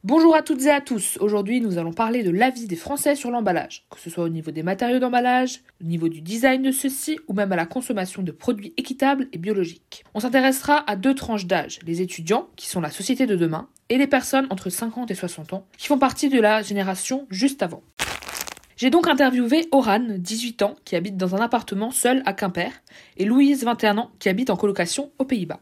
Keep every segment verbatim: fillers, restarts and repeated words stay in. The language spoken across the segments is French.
Bonjour à toutes et à tous, aujourd'hui nous allons parler de l'avis des Français sur l'emballage, que ce soit au niveau des matériaux d'emballage, au niveau du design de ceux-ci ou même à la consommation de produits équitables et biologiques. On s'intéressera à deux tranches d'âge, les étudiants, qui sont la société de demain, et les personnes entre cinquante et soixante ans, qui font partie de la génération juste avant. J'ai donc interviewé Oran, dix-huit ans, qui habite dans un appartement seul à Quimper, et Louise, vingt et un ans, qui habite en colocation aux Pays-Bas.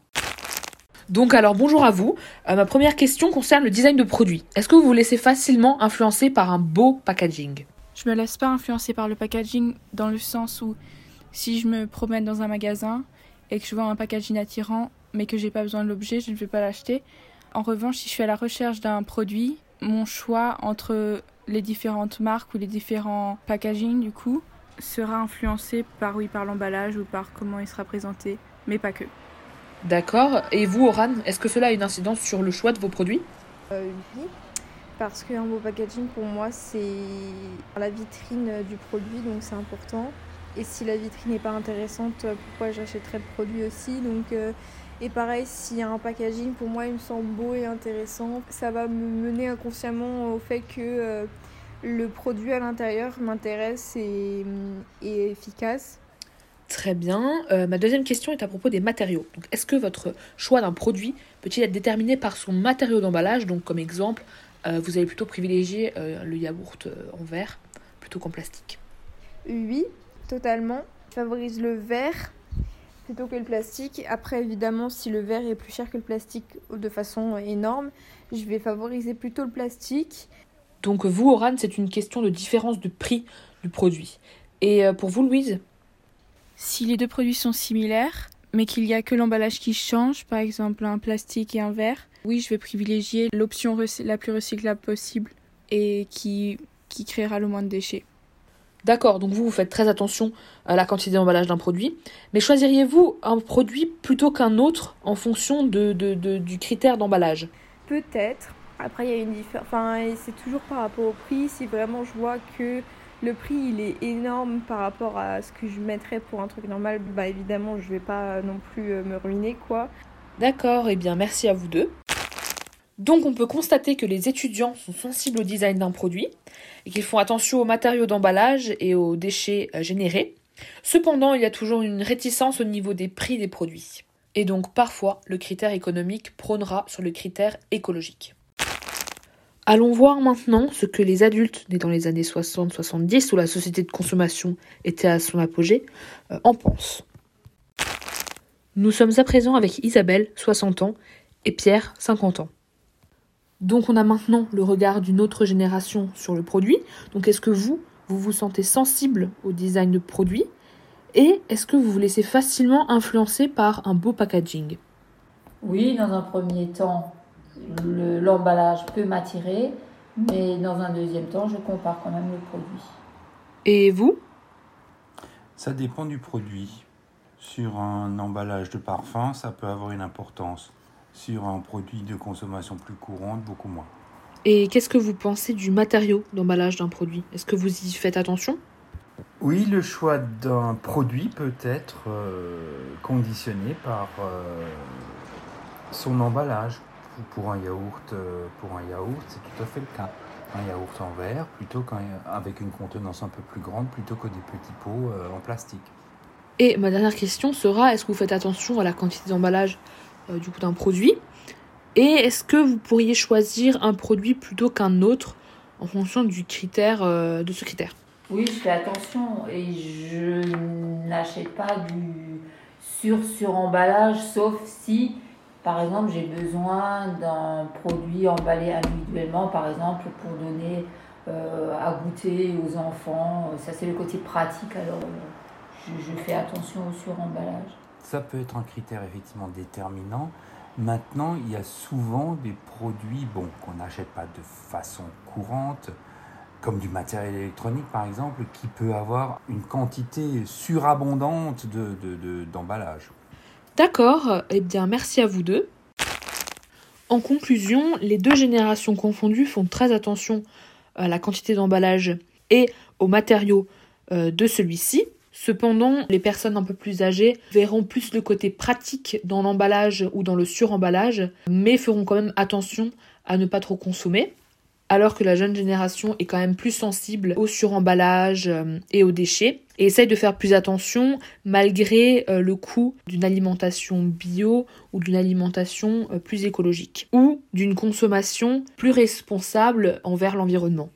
Donc alors bonjour à vous, euh, ma première question concerne le design de produits. Est-ce que vous vous laissez facilement influencer par un beau packaging ? Je me laisse pas influencer par le packaging dans le sens où si je me promène dans un magasin et que je vois un packaging attirant mais que j'ai pas besoin de l'objet, je ne vais pas l'acheter. En revanche, si je suis à la recherche d'un produit, mon choix entre les différentes marques ou les différents packaging du coup sera influencé par oui par l'emballage ou par comment il sera présenté, mais pas que. D'accord. Et vous, Oran, est-ce que cela a une incidence sur le choix de vos produits ? Euh, oui, parce qu'un beau packaging pour moi c'est la vitrine du produit, donc c'est important. Et si la vitrine n'est pas intéressante, pourquoi j'achèterais le produit aussi ? Donc, euh, et pareil, s'il y a un packaging, pour moi il me semble beau et intéressant, ça va me mener inconsciemment au fait que euh, le produit à l'intérieur m'intéresse et, et est efficace. Très bien. Euh, ma deuxième question est à propos des matériaux. Donc, est-ce que votre choix d'un produit peut-il être déterminé par son matériau d'emballage ? Donc, comme exemple, euh, vous allez plutôt privilégier euh, le yaourt euh, en verre plutôt qu'en plastique. Oui, totalement. Je favorise le verre plutôt que le plastique. Après, évidemment, si le verre est plus cher que le plastique de façon énorme, je vais favoriser plutôt le plastique. Donc, vous, Oran, c'est une question de différence de prix du produit. Et euh, pour vous, Louise ? Si les deux produits sont similaires, mais qu'il n'y a que l'emballage qui change, par exemple un plastique et un verre, oui, je vais privilégier l'option recy- la plus recyclable possible et qui, qui créera le moins de déchets. D'accord, donc vous, vous faites très attention à la quantité d'emballage d'un produit, mais choisiriez-vous un produit plutôt qu'un autre en fonction de, de, de, du critère d'emballage ? Peut-être. Après, il y a une différence. Enfin, c'est toujours par rapport au prix. Si vraiment je vois que le prix il est énorme par rapport à ce que je mettrais pour un truc normal, bah évidemment, je vais pas non plus me ruiner, quoi. D'accord, eh bien merci à vous deux. Donc on peut constater que les étudiants sont sensibles au design d'un produit et qu'ils font attention aux matériaux d'emballage et aux déchets générés. Cependant, il y a toujours une réticence au niveau des prix des produits. Et donc parfois, le critère économique prônera sur le critère écologique. Allons voir maintenant ce que les adultes nés dans les années soixante soixante-dix, où la société de consommation était à son apogée, euh, en pensent. Nous sommes à présent avec Isabelle, soixante ans, et Pierre, cinquante ans. Donc on a maintenant le regard d'une autre génération sur le produit. Donc est-ce que vous, vous vous sentez sensible au design de produit ? Et est-ce que vous vous laissez facilement influencer par un beau packaging ? Oui, dans un premier temps, le, l'emballage peut m'attirer, mais dans un deuxième temps, je compare quand même le produit. Et vous ? Ça dépend du produit. Sur un emballage de parfum, ça peut avoir une importance. Sur un produit de consommation plus courante, beaucoup moins. Et qu'est-ce que vous pensez du matériau d'emballage d'un produit ? Est-ce que vous y faites attention ? Oui, le choix d'un produit peut être euh, conditionné par euh, son emballage. Pour un yaourt, euh, pour un yaourt, c'est tout à fait le cas. Un yaourt en verre, plutôt qu'avec une contenance un peu plus grande, plutôt que des petits pots euh, en plastique. Et ma dernière question sera, est-ce que vous faites attention à la quantité d'emballage euh, du coup d'un produit ? Et est-ce que vous pourriez choisir un produit plutôt qu'un autre en fonction du critère, euh, de ce critère ? Oui, je fais attention et je n'achète pas du sur-sur-emballage, sauf si, par exemple, j'ai besoin d'un produit emballé individuellement, par exemple, pour donner euh, à goûter aux enfants. Ça, c'est le côté pratique, alors je, je fais attention au sur-emballage. Ça peut être un critère effectivement déterminant. Maintenant, il y a souvent des produits bon, qu'on n'achète pas de façon courante, comme du matériel électronique par exemple, qui peut avoir une quantité surabondante de, de, de, d'emballage. D'accord, eh bien merci à vous deux. En conclusion, les deux générations confondues font très attention à la quantité d'emballage et aux matériaux euh, de celui-ci. Cependant, les personnes un peu plus âgées verront plus le côté pratique dans l'emballage ou dans le suremballage, mais feront quand même attention à ne pas trop consommer, alors que la jeune génération est quand même plus sensible au suremballage euh, et aux déchets, et essaye de faire plus attention malgré euh, le coût d'une alimentation bio ou d'une alimentation euh, plus écologique, ou d'une consommation plus responsable envers l'environnement.